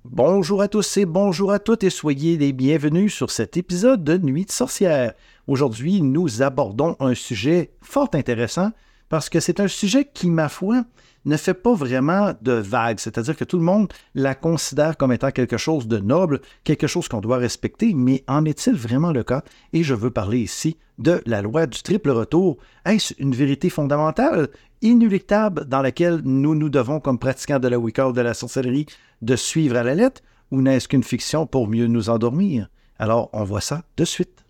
Bonjour à tous et bonjour à toutes et soyez les bienvenus sur cet épisode de Nuit de sorcière. Aujourd'hui, nous abordons un sujet fort intéressant parce que c'est un sujet qui, ma foi, ne fait pas vraiment de vague, c'est-à-dire que tout le monde la considère comme étant quelque chose de noble, quelque chose qu'on doit respecter, mais en est-il vraiment le cas? Et je veux parler ici de la loi du triple retour. Est-ce une vérité fondamentale, inéluctable, dans laquelle nous devons, comme pratiquants de la Wicca ou de la sorcellerie, de suivre à la lettre, ou n'est-ce qu'une fiction pour mieux nous endormir? Alors, on voit ça de suite.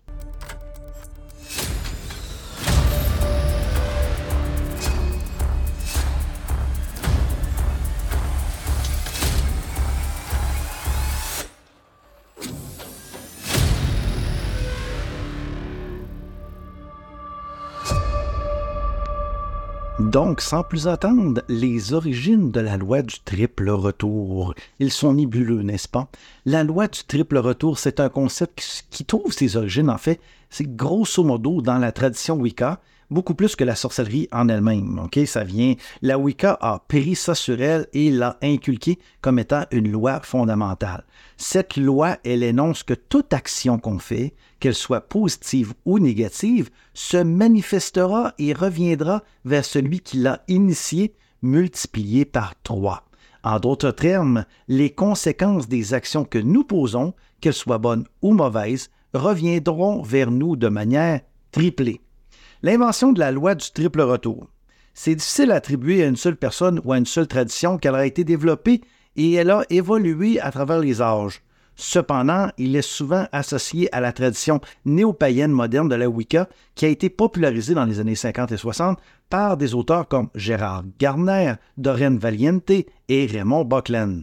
Donc, sans plus attendre, les origines de la loi du triple retour. Ils sont nébuleux, n'est-ce pas? La loi du triple retour, c'est un concept qui trouve ses origines, en fait, c'est grosso modo dans la tradition Wicca, beaucoup plus que la sorcellerie en elle-même. Okay? Ça vient, la Wicca a péri ça sur elle et l'a inculqué comme étant une loi fondamentale. Cette loi, elle énonce que toute action qu'on fait, qu'elle soit positive ou négative, se manifestera et reviendra vers celui qui l'a initiée, multiplié par 3. En d'autres termes, les conséquences des actions que nous posons, qu'elles soient bonnes ou mauvaises, reviendront vers nous de manière triplée. L'invention de la loi du triple retour. C'est difficile à attribuer à une seule personne ou à une seule tradition qu'elle a été développée et elle a évolué à travers les âges. Cependant, il est souvent associé à la tradition néo-païenne moderne de la Wicca qui a été popularisée dans les années 50 et 60 par des auteurs comme Gérard Gardner, Doreen Valiente et Raymond Buckland.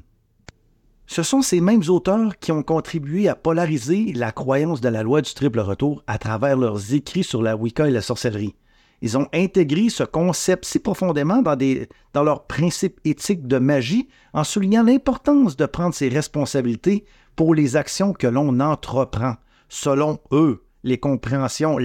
Ce sont ces mêmes auteurs qui ont contribué à polariser la croyance de la loi du triple retour à travers leurs écrits sur la Wicca et la sorcellerie. Ils ont intégré ce concept si profondément dans leurs principes éthiques de magie en soulignant l'importance de prendre ses responsabilités pour les actions que l'on entreprend. Selon eux, la compréhension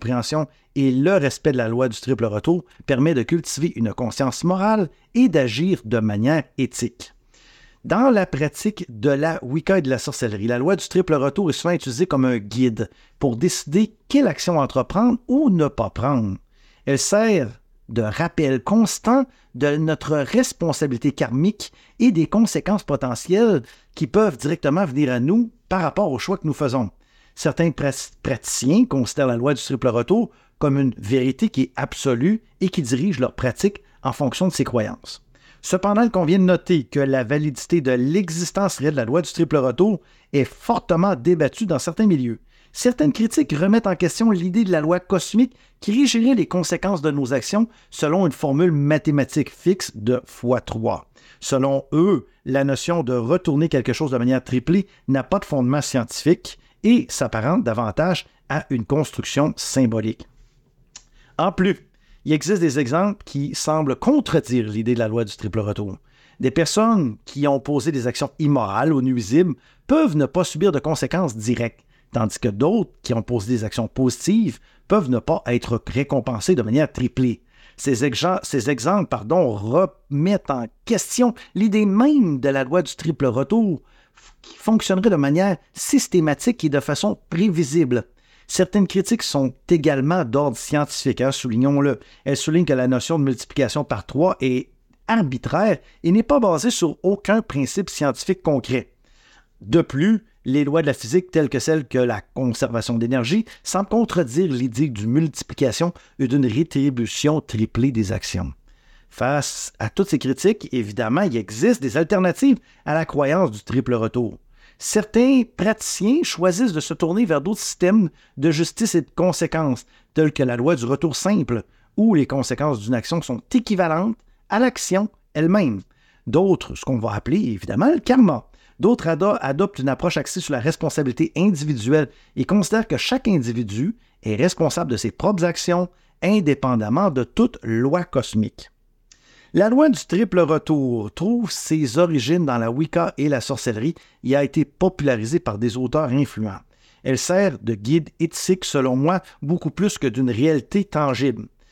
et le respect de la loi du triple retour permet de cultiver une conscience morale et d'agir de manière éthique. Dans la pratique de la Wicca et de la sorcellerie, la loi du triple retour est souvent utilisée comme un guide pour décider quelle action entreprendre ou ne pas prendre. Elle sert de rappel constant de notre responsabilité karmique et des conséquences potentielles qui peuvent directement venir à nous par rapport aux choix que nous faisons. Certains praticiens considèrent la loi du triple retour comme une vérité qui est absolue et qui dirige leur pratique en fonction de ses croyances. Cependant, il convient de noter que la validité de l'existence réelle de la loi du triple retour est fortement débattue dans certains milieux. Certaines critiques remettent en question l'idée de la loi cosmique qui régirait les conséquences de nos actions selon une formule mathématique fixe de x3. Selon eux, la notion de retourner quelque chose de manière triplée n'a pas de fondement scientifique et s'apparente davantage à une construction symbolique. En plus, il existe des exemples qui semblent contredire l'idée de la loi du triple retour. Des personnes qui ont posé des actions immorales ou nuisibles peuvent ne pas subir de conséquences directes, tandis que d'autres qui ont posé des actions positives peuvent ne pas être récompensées de manière triplée. Ces exemples remettent en question l'idée même de la loi du triple retour qui fonctionnerait de manière systématique et de façon prévisible. Certaines critiques sont également d'ordre scientifique, soulignons-le. Elles soulignent que la notion de multiplication par 3 est arbitraire et n'est pas basée sur aucun principe scientifique concret. De plus, les lois de la physique telles que celles que la conservation d'énergie semblent contredire l'idée d'une multiplication et d'une rétribution triplée des actions. Face à toutes ces critiques, évidemment, il existe des alternatives à la croyance du triple retour. Certains praticiens choisissent de se tourner vers d'autres systèmes de justice et de conséquences, tels que la loi du retour simple, où les conséquences d'une action sont équivalentes à l'action elle-même. D'autres, ce qu'on va appeler évidemment le karma. D'autres adoptent une approche axée sur la responsabilité individuelle et considèrent que chaque individu est responsable de ses propres actions, indépendamment de toute loi cosmique. La loi du triple retour trouve ses origines dans la Wicca et la sorcellerie et a été popularisée par des auteurs influents. Elle sert de guide éthique, selon moi, beaucoup plus que d'une réalité tangible.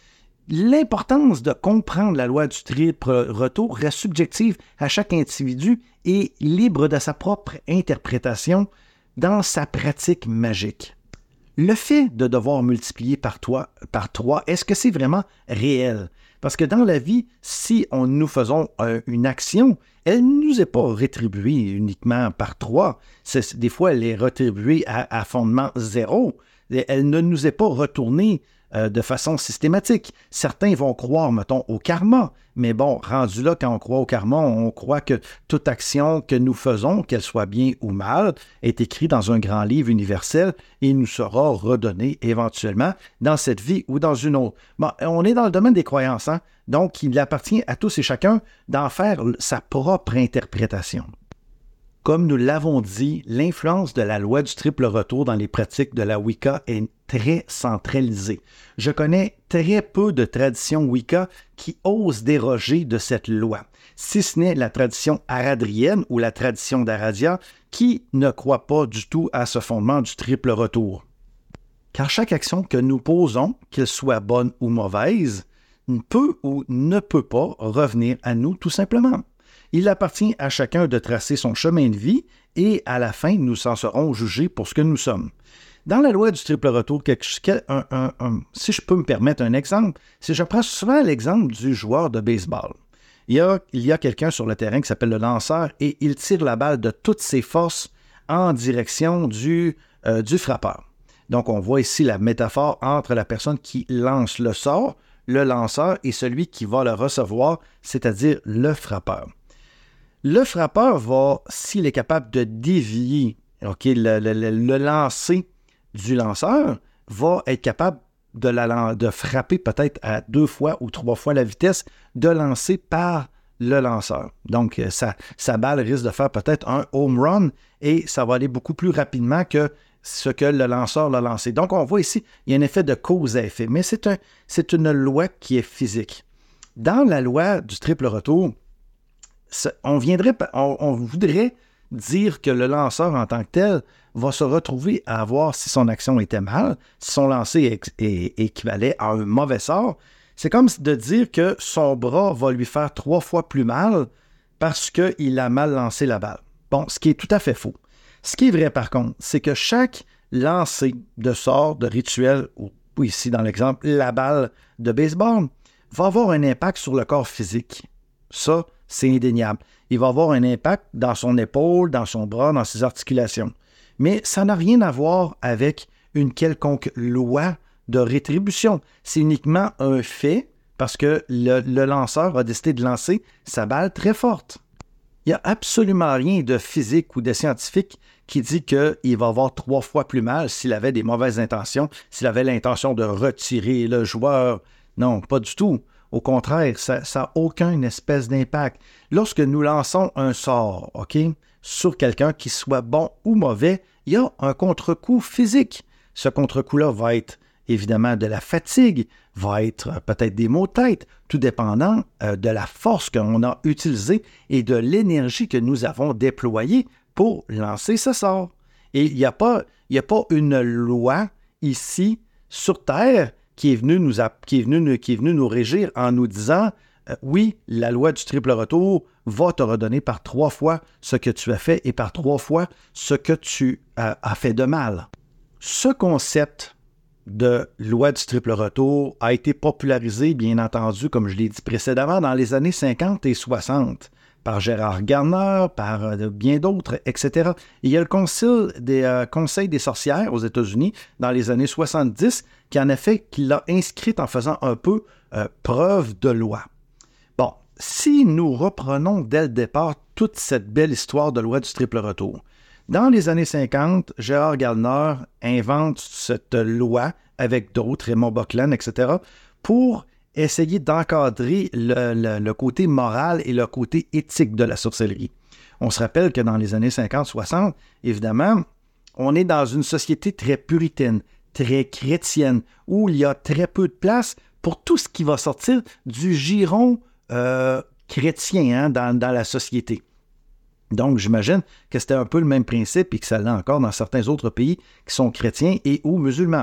L'importance de comprendre la loi du triple retour reste subjective à chaque individu et libre de sa propre interprétation dans sa pratique magique. Le fait de devoir multiplier par 3, est-ce que c'est vraiment réel? Parce que dans la vie, si nous faisons une action, elle ne nous est pas rétribuée uniquement par 3. Des fois, elle est rétribuée à fondement 0. Elle ne nous est pas retournée de façon systématique. Certains vont croire, mettons, au karma, mais bon, rendu là, quand on croit au karma, on croit que toute action que nous faisons, qu'elle soit bien ou mal, est écrite dans un grand livre universel et nous sera redonnée éventuellement dans cette vie ou dans une autre. Bon, on est dans le domaine des croyances, hein? Donc il appartient à tous et chacun d'en faire sa propre interprétation. Comme nous l'avons dit, l'influence de la loi du triple retour dans les pratiques de la Wicca est très centralisée. Je connais très peu de traditions Wicca qui osent déroger de cette loi, si ce n'est la tradition aradrienne ou la tradition d'Aradia qui ne croit pas du tout à ce fondement du triple retour. Car chaque action que nous posons, qu'elle soit bonne ou mauvaise, peut ou ne peut pas revenir à nous tout simplement. Il appartient à chacun de tracer son chemin de vie et à la fin, nous en serons jugés pour ce que nous sommes. Dans la loi du triple retour, si je peux me permettre un exemple, si je prends souvent l'exemple du joueur de baseball. Il y a quelqu'un sur le terrain qui s'appelle le lanceur et il tire la balle de toutes ses forces en direction du frappeur. Donc, on voit ici la métaphore entre la personne qui lance le sort, le lanceur, et celui qui va le recevoir, c'est-à-dire le frappeur. Le frappeur va, s'il est capable de dévier le lancer du lanceur, va être capable de frapper peut-être à 2 fois ou 3 fois la vitesse de lancer par le lanceur. Donc, sa balle risque de faire peut-être un home run et ça va aller beaucoup plus rapidement que ce que le lanceur l'a lancé. Donc, on voit ici, il y a un effet de cause à effet, mais c'est une loi qui est physique. Dans la loi du triple retour, on voudrait dire que le lanceur en tant que tel va se retrouver à voir si son action était mal, si son lancer équivalait à un mauvais sort. C'est comme de dire que son bras va lui faire 3 fois plus mal parce qu'il a mal lancé la balle. Bon, ce qui est tout à fait faux. Ce qui est vrai par contre, c'est que chaque lancer de sort, de rituel, ou ici dans l'exemple, la balle de baseball, va avoir un impact sur le corps physique. Ça, c'est indéniable. Il va avoir un impact dans son épaule, dans son bras, dans ses articulations. Mais ça n'a rien à voir avec une quelconque loi de rétribution. C'est uniquement un fait parce que le lanceur a décidé de lancer sa balle très forte. Il n'y a absolument rien de physique ou de scientifique qui dit qu'il va avoir 3 fois plus mal s'il avait des mauvaises intentions, s'il avait l'intention de retirer le joueur. Non, pas du tout. Au contraire, ça n'a aucun espèce d'impact. Lorsque nous lançons un sort, sur quelqu'un qui soit bon ou mauvais, il y a un contre-coup physique. Ce contre-coup-là va être évidemment de la fatigue, va être peut-être des maux de tête, tout dépendant de la force qu'on a utilisée et de l'énergie que nous avons déployée pour lancer ce sort. Et il n'y a pas une loi ici sur Terre qui est venue nous régir en nous disant oui, la loi du triple retour va te redonner par 3 fois ce que tu as fait et par 3 fois ce que tu as fait de mal. Ce concept de loi du triple retour a été popularisé, bien entendu, comme je l'ai dit précédemment, dans les années 50 et 60, par Gérard Gardner, par bien d'autres, etc. Il y a le Conseil des sorcières aux États-Unis, dans les années 70, qui l'a inscrite en faisant un peu preuve de loi. Bon, si nous reprenons dès le départ toute cette belle histoire de loi du triple retour, dans les années 50, Gérard Gardner invente cette loi avec d'autres, Raymond Buckland, etc., pour essayer d'encadrer le côté moral et le côté éthique de la sorcellerie. On se rappelle que dans les années 50-60, évidemment, on est dans une société très puritaine, très chrétienne, où il y a très peu de place pour tout ce qui va sortir du giron chrétien dans la société. Donc, j'imagine que c'était un peu le même principe et que ça l'est encore dans certains autres pays qui sont chrétiens et ou musulmans.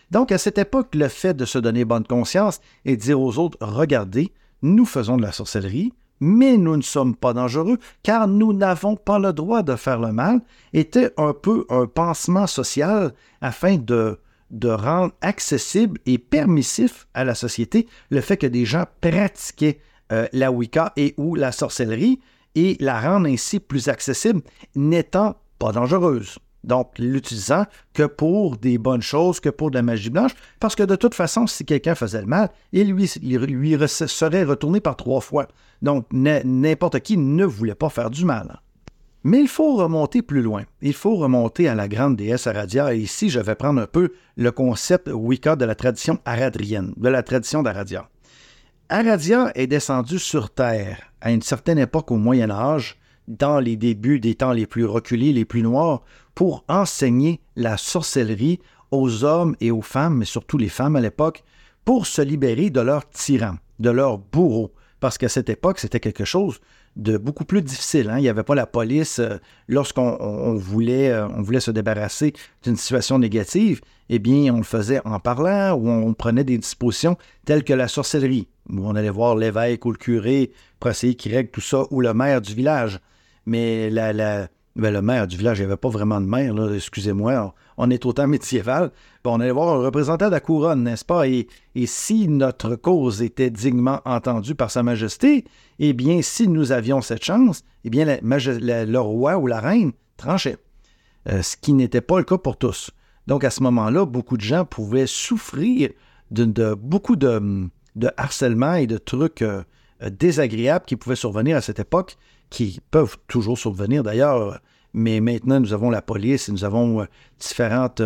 Donc, à cette époque, le fait de se donner bonne conscience et de dire aux autres, regardez, nous faisons de la sorcellerie, mais nous ne sommes pas dangereux, car nous n'avons pas le droit de faire le mal, était un peu un pansement social afin de rendre accessible et permissif à la société le fait que des gens pratiquaient la Wicca et ou la sorcellerie et la rendre ainsi plus accessible, n'étant pas dangereuse. Donc, l'utilisant que pour des bonnes choses, que pour de la magie blanche, parce que de toute façon, si quelqu'un faisait le mal, il lui serait retourné par 3 fois. Donc, n'importe qui ne voulait pas faire du mal. Mais il faut remonter plus loin. Il faut remonter à la grande déesse Aradia. Et ici, je vais prendre un peu le concept Wicca de la tradition aradrienne, de la tradition d'Aradia. Aradia est descendue sur Terre à une certaine époque au Moyen Âge, dans les débuts des temps les plus reculés, les plus noirs, pour enseigner la sorcellerie aux hommes et aux femmes, mais surtout les femmes à l'époque, pour se libérer de leurs tyrans, de leurs bourreaux. Parce qu'à cette époque, c'était quelque chose de beaucoup plus difficile. Il n'y avait pas la police. Lorsqu'on voulait se débarrasser d'une situation négative, eh bien, on le faisait en parlant ou on prenait des dispositions telles que la sorcellerie, où on allait voir l'évêque ou le curé pour essayer qu'il règle tout ça, ou le maire du village. Mais le maire du village, il n'y avait pas vraiment de maire, là, excusez-moi, on est au temps médiéval. On allait voir un représentant de la couronne, n'est-ce pas? Et si notre cause était dignement entendue par Sa Majesté, eh bien, si nous avions cette chance, eh bien, le roi ou la reine tranchait. Ce qui n'était pas le cas pour tous. Donc, à ce moment-là, beaucoup de gens pouvaient souffrir de beaucoup de harcèlement et de trucs désagréables qui pouvaient survenir à cette époque, qui peuvent toujours survenir d'ailleurs, mais maintenant nous avons la police et nous avons différentes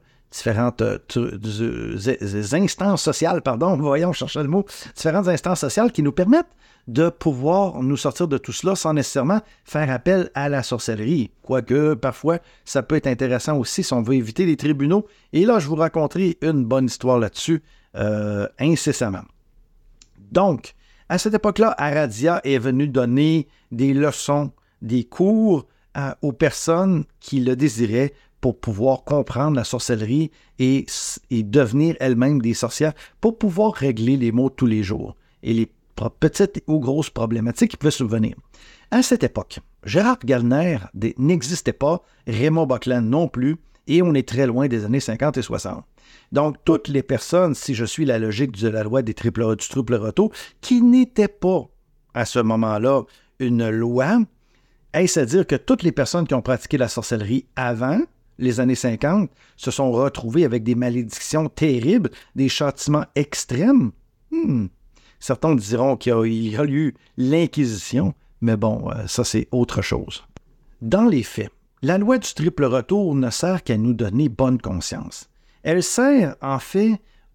instances sociales, voyons, je cherchais le mot, différentes instances sociales qui nous permettent de pouvoir nous sortir de tout cela sans nécessairement faire appel à la sorcellerie. Quoique, parfois, ça peut être intéressant aussi si on veut éviter les tribunaux. Et là, je vous raconterai une bonne histoire là-dessus incessamment. Donc, à cette époque-là, Aradia est venu donner des leçons, des cours aux personnes qui le désiraient pour pouvoir comprendre la sorcellerie et devenir elles-mêmes des sorcières pour pouvoir régler les maux de tous les jours et les petites ou grosses problématiques qui pouvaient survenir. À cette époque, Gérard Gallner n'existait pas, Raymond Buckland non plus, et on est très loin des années 50 et 60. Donc, toutes les personnes, si je suis la logique de la loi du triple retour, qui n'était pas, à ce moment-là, une loi, est-ce à dire que toutes les personnes qui ont pratiqué la sorcellerie avant les années 50 se sont retrouvées avec des malédictions terribles, des châtiments extrêmes? Certains diront qu'il y a eu l'Inquisition, mais bon, ça c'est autre chose. Dans les faits, la loi du triple retour ne sert qu'à nous donner bonne conscience. Elle sert, en fait,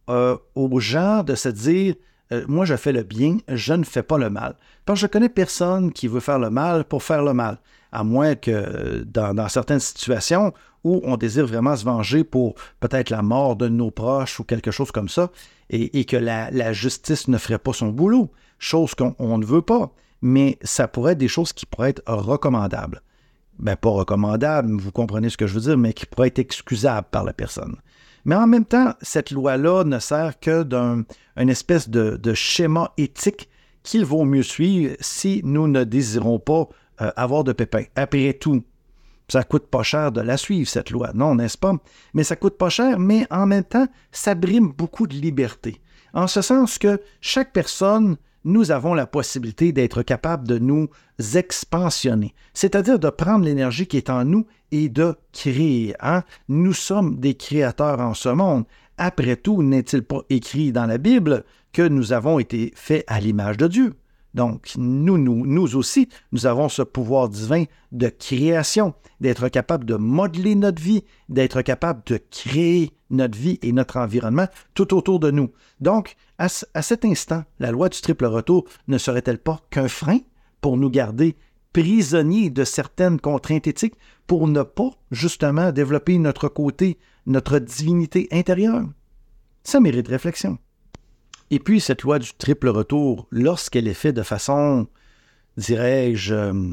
aux gens de se dire « Moi, je fais le bien, je ne fais pas le mal. » Parce que je connais personne qui veut faire le mal pour faire le mal, à moins que dans certaines situations où on désire vraiment se venger pour peut-être la mort de nos proches ou quelque chose comme ça, et que la justice ne ferait pas son boulot, chose qu'on ne veut pas. Mais ça pourrait être des choses qui pourraient être recommandables. Pas recommandables, vous comprenez ce que je veux dire, mais qui pourraient être excusables par la personne. Mais en même temps, cette loi-là ne sert que d'une espèce de schéma éthique qu'il vaut mieux suivre si nous ne désirons pas avoir de pépins. Après tout, ça coûte pas cher de la suivre, cette loi, non, n'est-ce pas? Mais ça coûte pas cher, mais en même temps, ça brime beaucoup de liberté. En ce sens que chaque personne, nous avons la possibilité d'être capable de nous expansionner, c'est-à-dire de prendre l'énergie qui est en nous et de créer. Nous sommes des créateurs en ce monde. Après tout, n'est-il pas écrit dans la Bible que nous avons été faits à l'image de Dieu? Donc, nous aussi, nous avons ce pouvoir divin de création, d'être capable de modeler notre vie, d'être capable de créer notre vie et notre environnement tout autour de nous. Donc, à cet instant, la loi du triple retour ne serait-elle pas qu'un frein pour nous garder prisonniers de certaines contraintes éthiques pour ne pas, justement, développer notre côté, notre divinité intérieure? Ça mérite réflexion. Et puis, cette loi du triple retour, lorsqu'elle est faite de façon, dirais-je,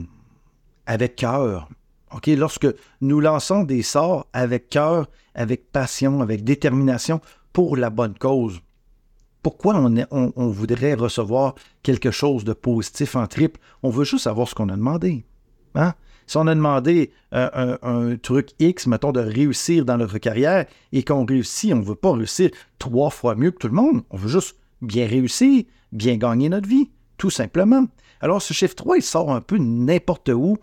avec cœur, lorsque nous lançons des sorts avec cœur, avec passion, avec détermination, pour la bonne cause. Pourquoi on voudrait recevoir quelque chose de positif en triple? On veut juste savoir ce qu'on a demandé. Hein? Si on a demandé un truc X, mettons, de réussir dans notre carrière, et qu'on réussit, on ne veut pas réussir 3 fois mieux que tout le monde. On veut juste bien réussir, bien gagner notre vie, tout simplement. Alors, ce chiffre 3, il sort un peu n'importe où,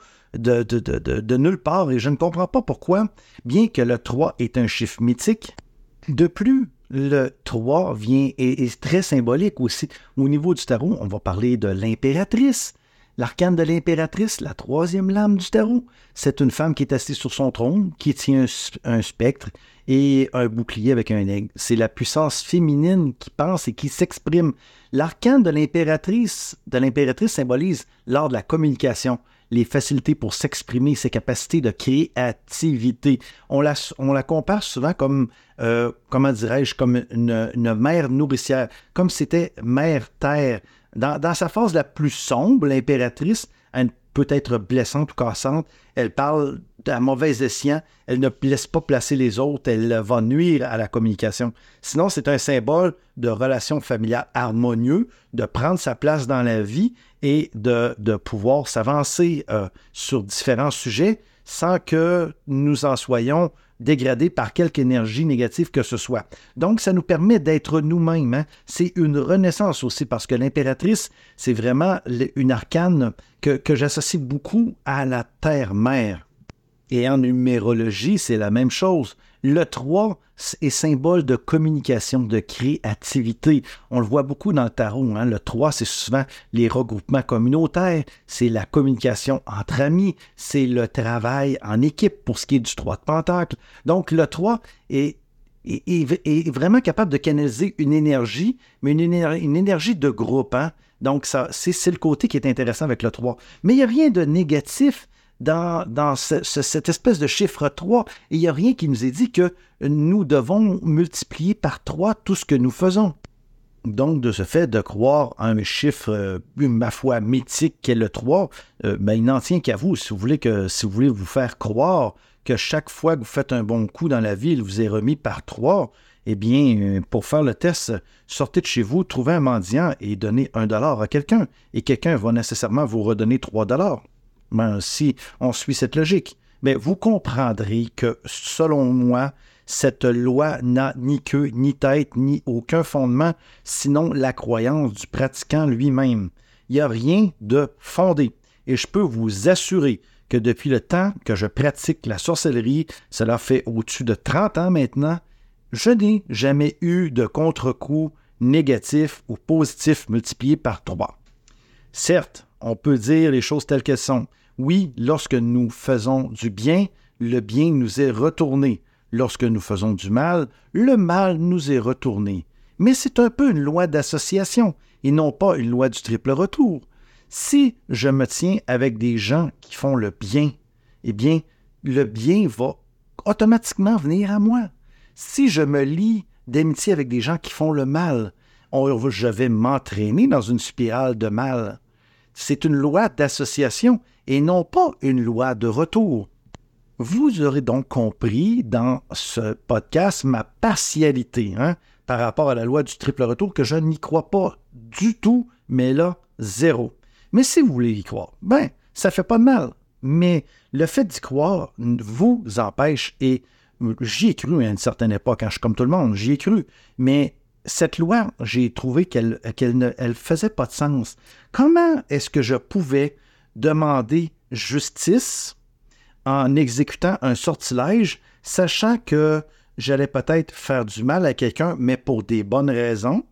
de nulle part, et je ne comprends pas pourquoi, bien que le 3 est un chiffre mythique. De plus, le 3 est très symbolique aussi. Au niveau du tarot, on va parler de l'impératrice. L'arcane de l'impératrice, la 3e lame du tarot, c'est une femme qui est assise sur son trône, qui tient un spectre et un bouclier avec un aigle. C'est la puissance féminine qui pense et qui s'exprime. L'arcane de l'impératrice symbolise l'art de la communication, les facilités pour s'exprimer, ses capacités de créativité. On la compare souvent comme, comment dirais-je, comme une mère nourricière, comme c'était mère terre. Dans sa phase la plus sombre, l'impératrice, elle peut être blessante ou cassante. Elle parle à mauvais escient. Elle ne laisse pas placer les autres. Elle va nuire à la communication. Sinon, c'est un symbole de relations familiales harmonieuses, de prendre sa place dans la vie et de pouvoir s'avancer sur différents sujets sans que nous en soyons dégradés par quelque énergie négative que ce soit. Donc, ça nous permet d'être nous-mêmes. Hein? C'est une renaissance aussi, parce que l'impératrice, c'est vraiment une arcane que j'associe beaucoup à la terre-mère. Et en numérologie, c'est la même chose. Le 3 est symbole de communication, de créativité. On le voit beaucoup dans le tarot. Hein? Le 3, c'est souvent les regroupements communautaires, c'est la communication entre amis, c'est le travail en équipe pour ce qui est du 3 de Pentacle. Donc, le 3 est vraiment capable de canaliser une énergie, mais une énergie de groupe. Hein? Donc, c'est le côté qui est intéressant avec le 3. Mais il n'y a rien de négatif dans cette espèce de chiffre 3, et il n'y a rien qui nous est dit que nous devons multiplier par 3 tout ce que nous faisons. Donc, de ce fait de croire à un chiffre, ma foi, mythique qu'est le 3, il n'en tient qu'à vous. Si vous voulez vous faire croire que chaque fois que vous faites un bon coup dans la vie, il vous est remis par 3, eh bien, pour faire le test, sortez de chez vous, trouvez un mendiant et donnez $1 à quelqu'un. Et quelqu'un va nécessairement vous redonner $3. Si on suit cette logique. Mais vous comprendrez que, selon moi, cette loi n'a ni queue, ni tête, ni aucun fondement, sinon la croyance du pratiquant lui-même. Il n'y a rien de fondé. Et je peux vous assurer que depuis le temps que je pratique la sorcellerie, cela fait au-dessus de 30 ans maintenant, je n'ai jamais eu de contre-coup négatif ou positif multiplié par 3. Certes, on peut dire les choses telles qu'elles sont. Oui, lorsque nous faisons du bien, le bien nous est retourné. Lorsque nous faisons du mal, le mal nous est retourné. Mais c'est un peu une loi d'association et non pas une loi du triple retour. Si je me tiens avec des gens qui font le bien, eh bien, le bien va automatiquement venir à moi. Si je me lie d'amitié avec des gens qui font le mal, je vais m'entraîner dans une spirale de mal. C'est une loi d'association et non pas une loi de retour. Vous aurez donc compris dans ce podcast ma partialité par rapport à la loi du triple retour, que je n'y crois pas du tout, mais là, zéro. Mais si vous voulez y croire, ça fait pas de mal. Mais le fait d'y croire vous empêche, et j'y ai cru à une certaine époque, je suis comme tout le monde, j'y ai cru, mais cette loi, j'ai trouvé qu'elle ne faisait pas de sens. Comment est-ce que je pouvais demander justice en exécutant un sortilège, sachant que j'allais peut-être faire du mal à quelqu'un, mais pour des bonnes raisons,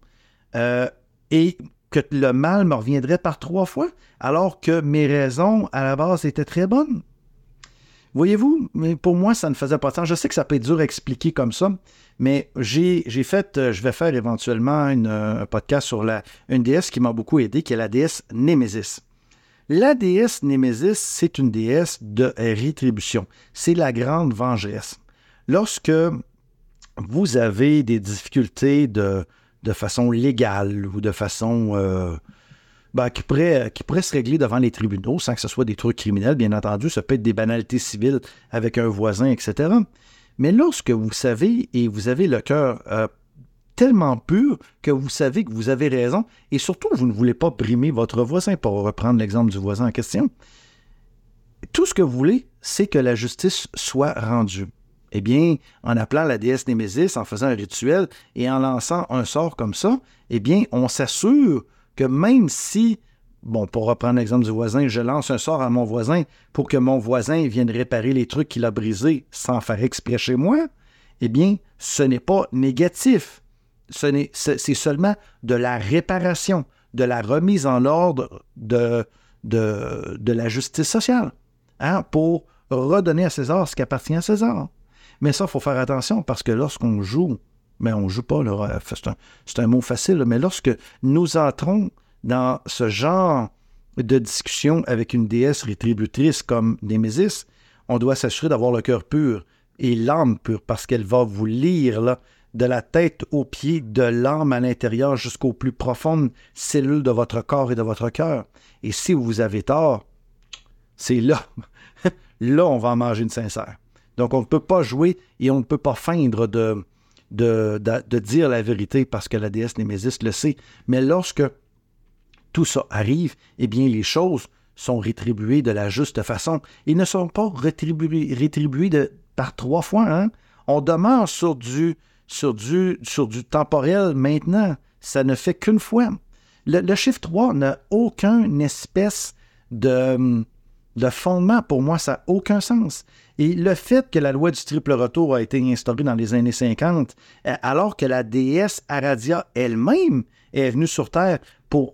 et que le mal me reviendrait par 3 fois, alors que mes raisons, à la base, étaient très bonnes? Voyez-vous, mais pour moi, ça ne faisait pas de sens. Je sais que ça peut être dur à expliquer comme ça, mais je vais faire éventuellement un podcast sur une déesse qui m'a beaucoup aidé, qui est la déesse Némésis. La déesse Némésis, c'est une déesse de rétribution. C'est la grande vengeresse. Lorsque vous avez des difficultés de façon légale ou de façon qui pourrait se régler devant les tribunaux sans que ce soit des trucs criminels, bien entendu, ça peut être des banalités civiles avec un voisin, etc. Mais lorsque vous savez et vous avez le cœur tellement pur que vous savez que vous avez raison et surtout, vous ne voulez pas brimer votre voisin, pour reprendre l'exemple du voisin en question. Tout ce que vous voulez, c'est que la justice soit rendue. Eh bien, en appelant la déesse Némésis, en faisant un rituel et en lançant un sort comme ça, eh bien, on s'assure que même si, bon, pour reprendre l'exemple du voisin, je lance un sort à mon voisin pour que mon voisin vienne réparer les trucs qu'il a brisés sans faire exprès chez moi, eh bien, ce n'est pas négatif. C'est seulement de la réparation, de la remise en ordre de la justice sociale, pour redonner à César ce qui appartient à César. Mais ça, il faut faire attention parce que lorsqu'on joue, mais on ne joue pas, là, c'est un mot facile, mais lorsque nous entrons dans ce genre de discussion avec une déesse rétributrice comme Némésis, on doit s'assurer d'avoir le cœur pur et l'âme pure parce qu'elle va vous lire là, de la tête aux pieds, de l'âme à l'intérieur jusqu'aux plus profondes cellules de votre corps et de votre cœur. Et si vous avez tort, c'est là, là on va en manger une sincère. Donc, on ne peut pas jouer et on ne peut pas feindre de dire la vérité parce que la déesse Némésis le sait. Mais lorsque tout ça arrive, eh bien, les choses sont rétribuées de la juste façon. Ils ne sont pas rétribuées par 3 fois. Hein? On demeure sur du temporel maintenant. Ça ne fait qu'une fois. Le chiffre 3 n'a aucune espèce de fondement. Pour moi, ça n'a aucun sens. Et le fait que la loi du triple retour a été instaurée dans les années 50, alors que la déesse Aradia elle-même est venue sur Terre pour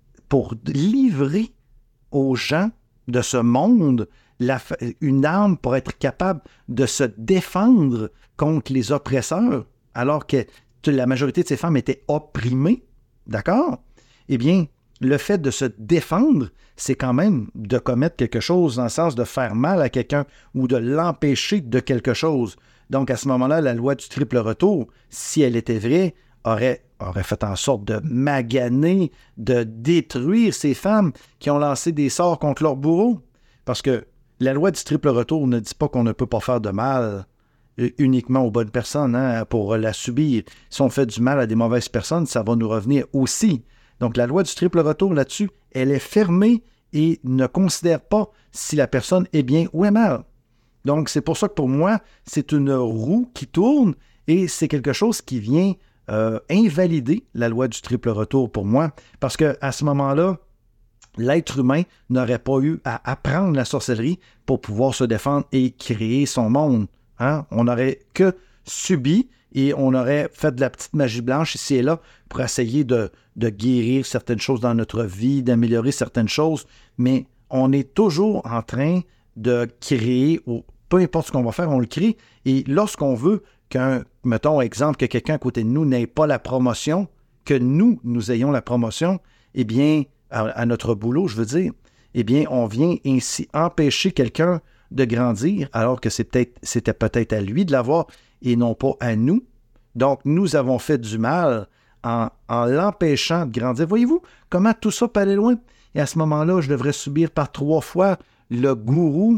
livrer aux gens de ce monde une arme pour être capable de se défendre contre les oppresseurs, alors que la majorité de ces femmes étaient opprimées, d'accord? Eh bien, le fait de se défendre, c'est quand même de commettre quelque chose dans le sens de faire mal à quelqu'un ou de l'empêcher de quelque chose. Donc, à ce moment-là, la loi du triple retour, si elle était vraie, aurait fait en sorte de maganer, de détruire ces femmes qui ont lancé des sorts contre leur bourreau. Parce que la loi du triple retour ne dit pas qu'on ne peut pas faire de mal uniquement aux bonnes personnes pour la subir. Si on fait du mal à des mauvaises personnes, ça va nous revenir aussi. Donc, la loi du triple retour là-dessus, elle est fermée et ne considère pas si la personne est bien ou est mal. Donc, c'est pour ça que pour moi, c'est une roue qui tourne et c'est quelque chose qui vient invalider la loi du triple retour pour moi. Parce qu'à ce moment-là, l'être humain n'aurait pas eu à apprendre la sorcellerie pour pouvoir se défendre et créer son monde. Hein? On n'aurait que subi et on aurait fait de la petite magie blanche ici et là pour essayer de guérir certaines choses dans notre vie, d'améliorer certaines choses, mais on est toujours en train de créer, ou peu importe ce qu'on va faire, on le crée, et lorsqu'on veut mettons exemple, que quelqu'un à côté de nous n'ait pas la promotion, que nous ayons la promotion, eh bien, à notre boulot, je veux dire, eh bien, on vient ainsi empêcher quelqu'un de grandir, alors que c'était peut-être à lui de l'avoir et non pas à nous. Donc, nous avons fait du mal en l'empêchant de grandir. Voyez-vous comment tout ça peut aller loin? Et à ce moment-là, je devrais subir par 3 fois le courroux,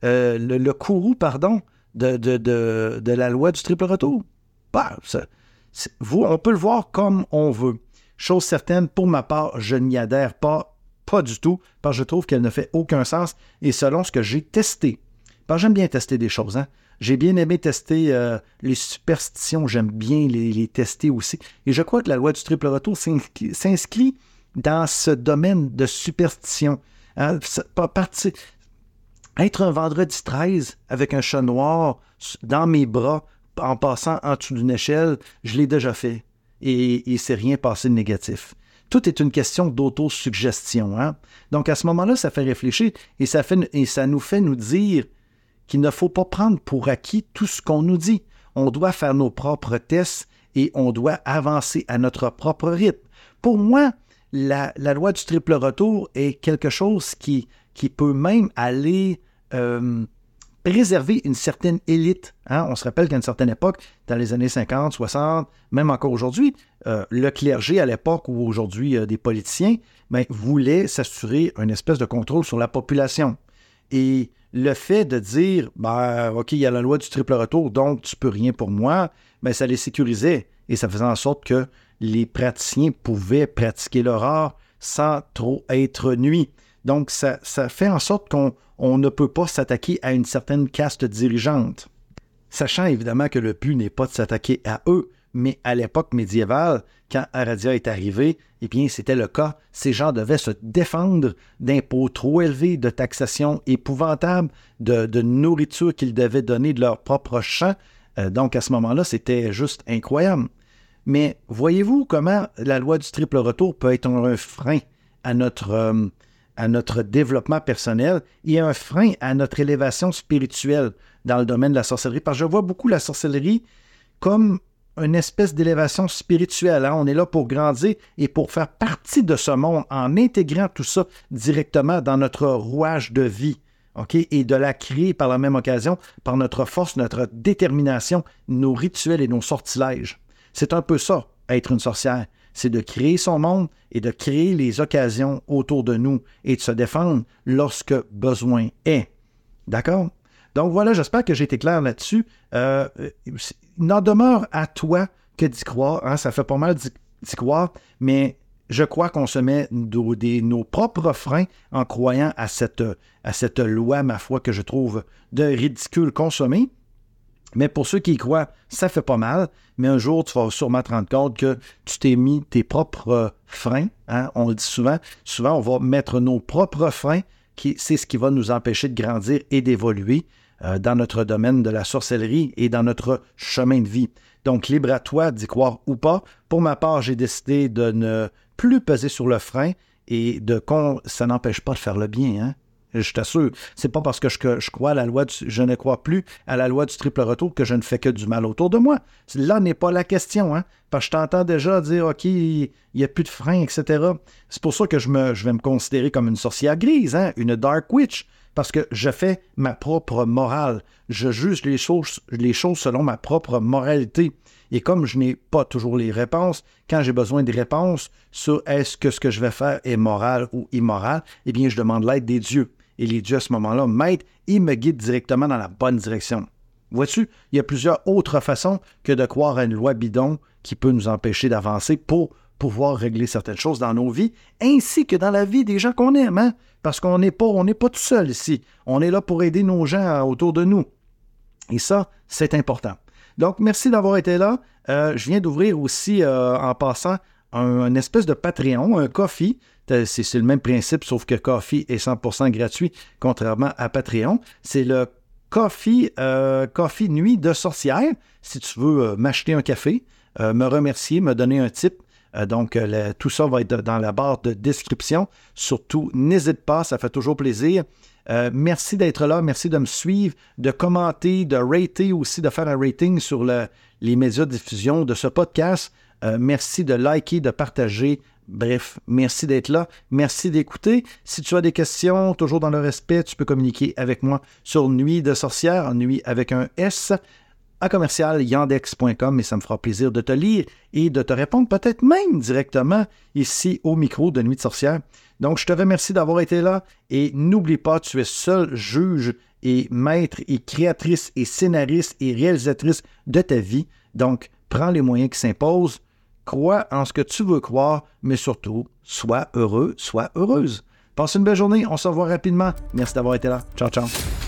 de la loi du triple retour. Bah, on peut le voir comme on veut. Chose certaine, pour ma part, je n'y adhère pas du tout, parce que je trouve qu'elle ne fait aucun sens, et selon ce que j'ai testé. Parce que j'aime bien tester des choses, hein. J'ai bien aimé tester les superstitions, j'aime bien les tester aussi. Et je crois que la loi du triple retour s'inscrit dans ce domaine de superstition. Hein? Être un vendredi 13 avec un chat noir dans mes bras en passant en dessous d'une échelle, je l'ai déjà fait. Et il ne s'est rien passé de négatif. Tout est une question d'autosuggestion. Hein? Donc à ce moment-là, ça fait réfléchir et ça nous fait nous dire qu'il ne faut pas prendre pour acquis tout ce qu'on nous dit. On doit faire nos propres tests et on doit avancer à notre propre rythme. Pour moi, la loi du triple retour est quelque chose qui peut même aller préserver une certaine élite. Hein? On se rappelle qu'à une certaine époque, dans les années 50, 60, même encore aujourd'hui, le clergé à l'époque ou aujourd'hui des politiciens voulaient s'assurer une espèce de contrôle sur la population. Et le fait de dire, OK, il y a la loi du triple retour, donc tu peux rien pour moi, ça les sécurisait. et ça faisait en sorte que les praticiens pouvaient pratiquer leur art sans trop être nuits. Donc, ça fait en sorte qu'on ne peut pas s'attaquer à une certaine caste dirigeante. Sachant évidemment que le but n'est pas de s'attaquer à eux, mais à l'époque médiévale, quand Aradia est arrivé, eh bien, c'était le cas. Ces gens devaient se défendre d'impôts trop élevés, de taxations épouvantables, de nourriture qu'ils devaient donner de leur propre champ. Donc, à ce moment-là, c'était juste incroyable. Mais voyez-vous comment la loi du triple retour peut être un frein à notre développement personnel et un frein à notre élévation spirituelle dans le domaine de la sorcellerie? Parce que je vois beaucoup la sorcellerie comme une espèce d'élévation spirituelle. On est là pour grandir et pour faire partie de ce monde en intégrant tout ça directement dans notre rouage de vie. Okay? Et de la créer par la même occasion, par notre force, notre détermination, nos rituels et nos sortilèges. C'est un peu ça, être une sorcière. C'est de créer son monde et de créer les occasions autour de nous et de se défendre lorsque besoin est. D'accord? Donc voilà, j'espère que j'ai été clair là-dessus. Il n'en demeure à toi que d'y croire. Hein? Ça fait pas mal d'y croire, mais je crois qu'on se met nos propres freins en croyant à cette loi, ma foi, que je trouve de ridicule consommée. Mais pour ceux qui y croient, ça fait pas mal. Mais un jour, tu vas sûrement te rendre compte que tu t'es mis tes propres freins. Hein? On le dit souvent. Souvent, on va mettre nos propres freins. C'est ce qui va nous empêcher de grandir et d'évoluer dans notre domaine de la sorcellerie et dans notre chemin de vie. Donc, libre à toi d'y croire ou pas. Pour ma part, j'ai décidé de ne plus peser sur le frein et ça n'empêche pas de faire le bien, hein? Je t'assure, c'est pas parce que je crois à la loi je ne crois plus à la loi du triple retour que je ne fais que du mal autour de moi. Là n'est pas la question, hein? Parce que je t'entends déjà dire, OK, il n'y a plus de frein, etc. C'est pour ça que je vais me considérer comme une sorcière grise, hein? Une dark witch, parce que je fais ma propre morale. Je juge les choses selon ma propre moralité. Et comme je n'ai pas toujours les réponses, quand j'ai besoin des réponses sur est-ce que ce que je vais faire est moral ou immoral, eh bien, je demande l'aide des dieux. Et les dieux, à ce moment-là, m'aident et me guident directement dans la bonne direction. Vois-tu, il y a plusieurs autres façons que de croire à une loi bidon qui peut nous empêcher d'avancer pour pouvoir régler certaines choses dans nos vies, ainsi que dans la vie des gens qu'on aime, hein? Parce qu'on n'est pas tout seul ici. On est là pour aider nos gens autour de nous. Et ça, c'est important. Donc, merci d'avoir été là. Je viens d'ouvrir aussi, en passant, un espèce de Patreon, un Ko-fi. C'est le même principe, sauf que Ko-fi est 100% gratuit, contrairement à Patreon. C'est le Ko-fi Nuit de sorcière. Si tu veux m'acheter un café, me remercier, me donner un tip. Donc, tout ça va être dans la barre de description. Surtout, n'hésite pas, ça fait toujours plaisir. Merci d'être là, merci de me suivre, de commenter, de rater aussi, de faire un rating sur les médias de diffusion de ce podcast. Merci de liker, de partager. Bref, merci d'être là, merci d'écouter. Si tu as des questions, toujours dans le respect, tu peux communiquer avec moi sur Nuit de sorcière, nuit avec un S, à commercial.yandex.com, et ça me fera plaisir de te lire et de te répondre peut-être même directement ici au micro de Nuit de sorcière. Donc, je te remercie d'avoir été là et n'oublie pas, tu es seul juge et maître et créatrice et scénariste et réalisatrice de ta vie. Donc, prends les moyens qui s'imposent, crois en ce que tu veux croire, mais surtout, sois heureux, sois heureuse. Passe une belle journée, on se revoit rapidement. Merci d'avoir été là. Ciao, ciao.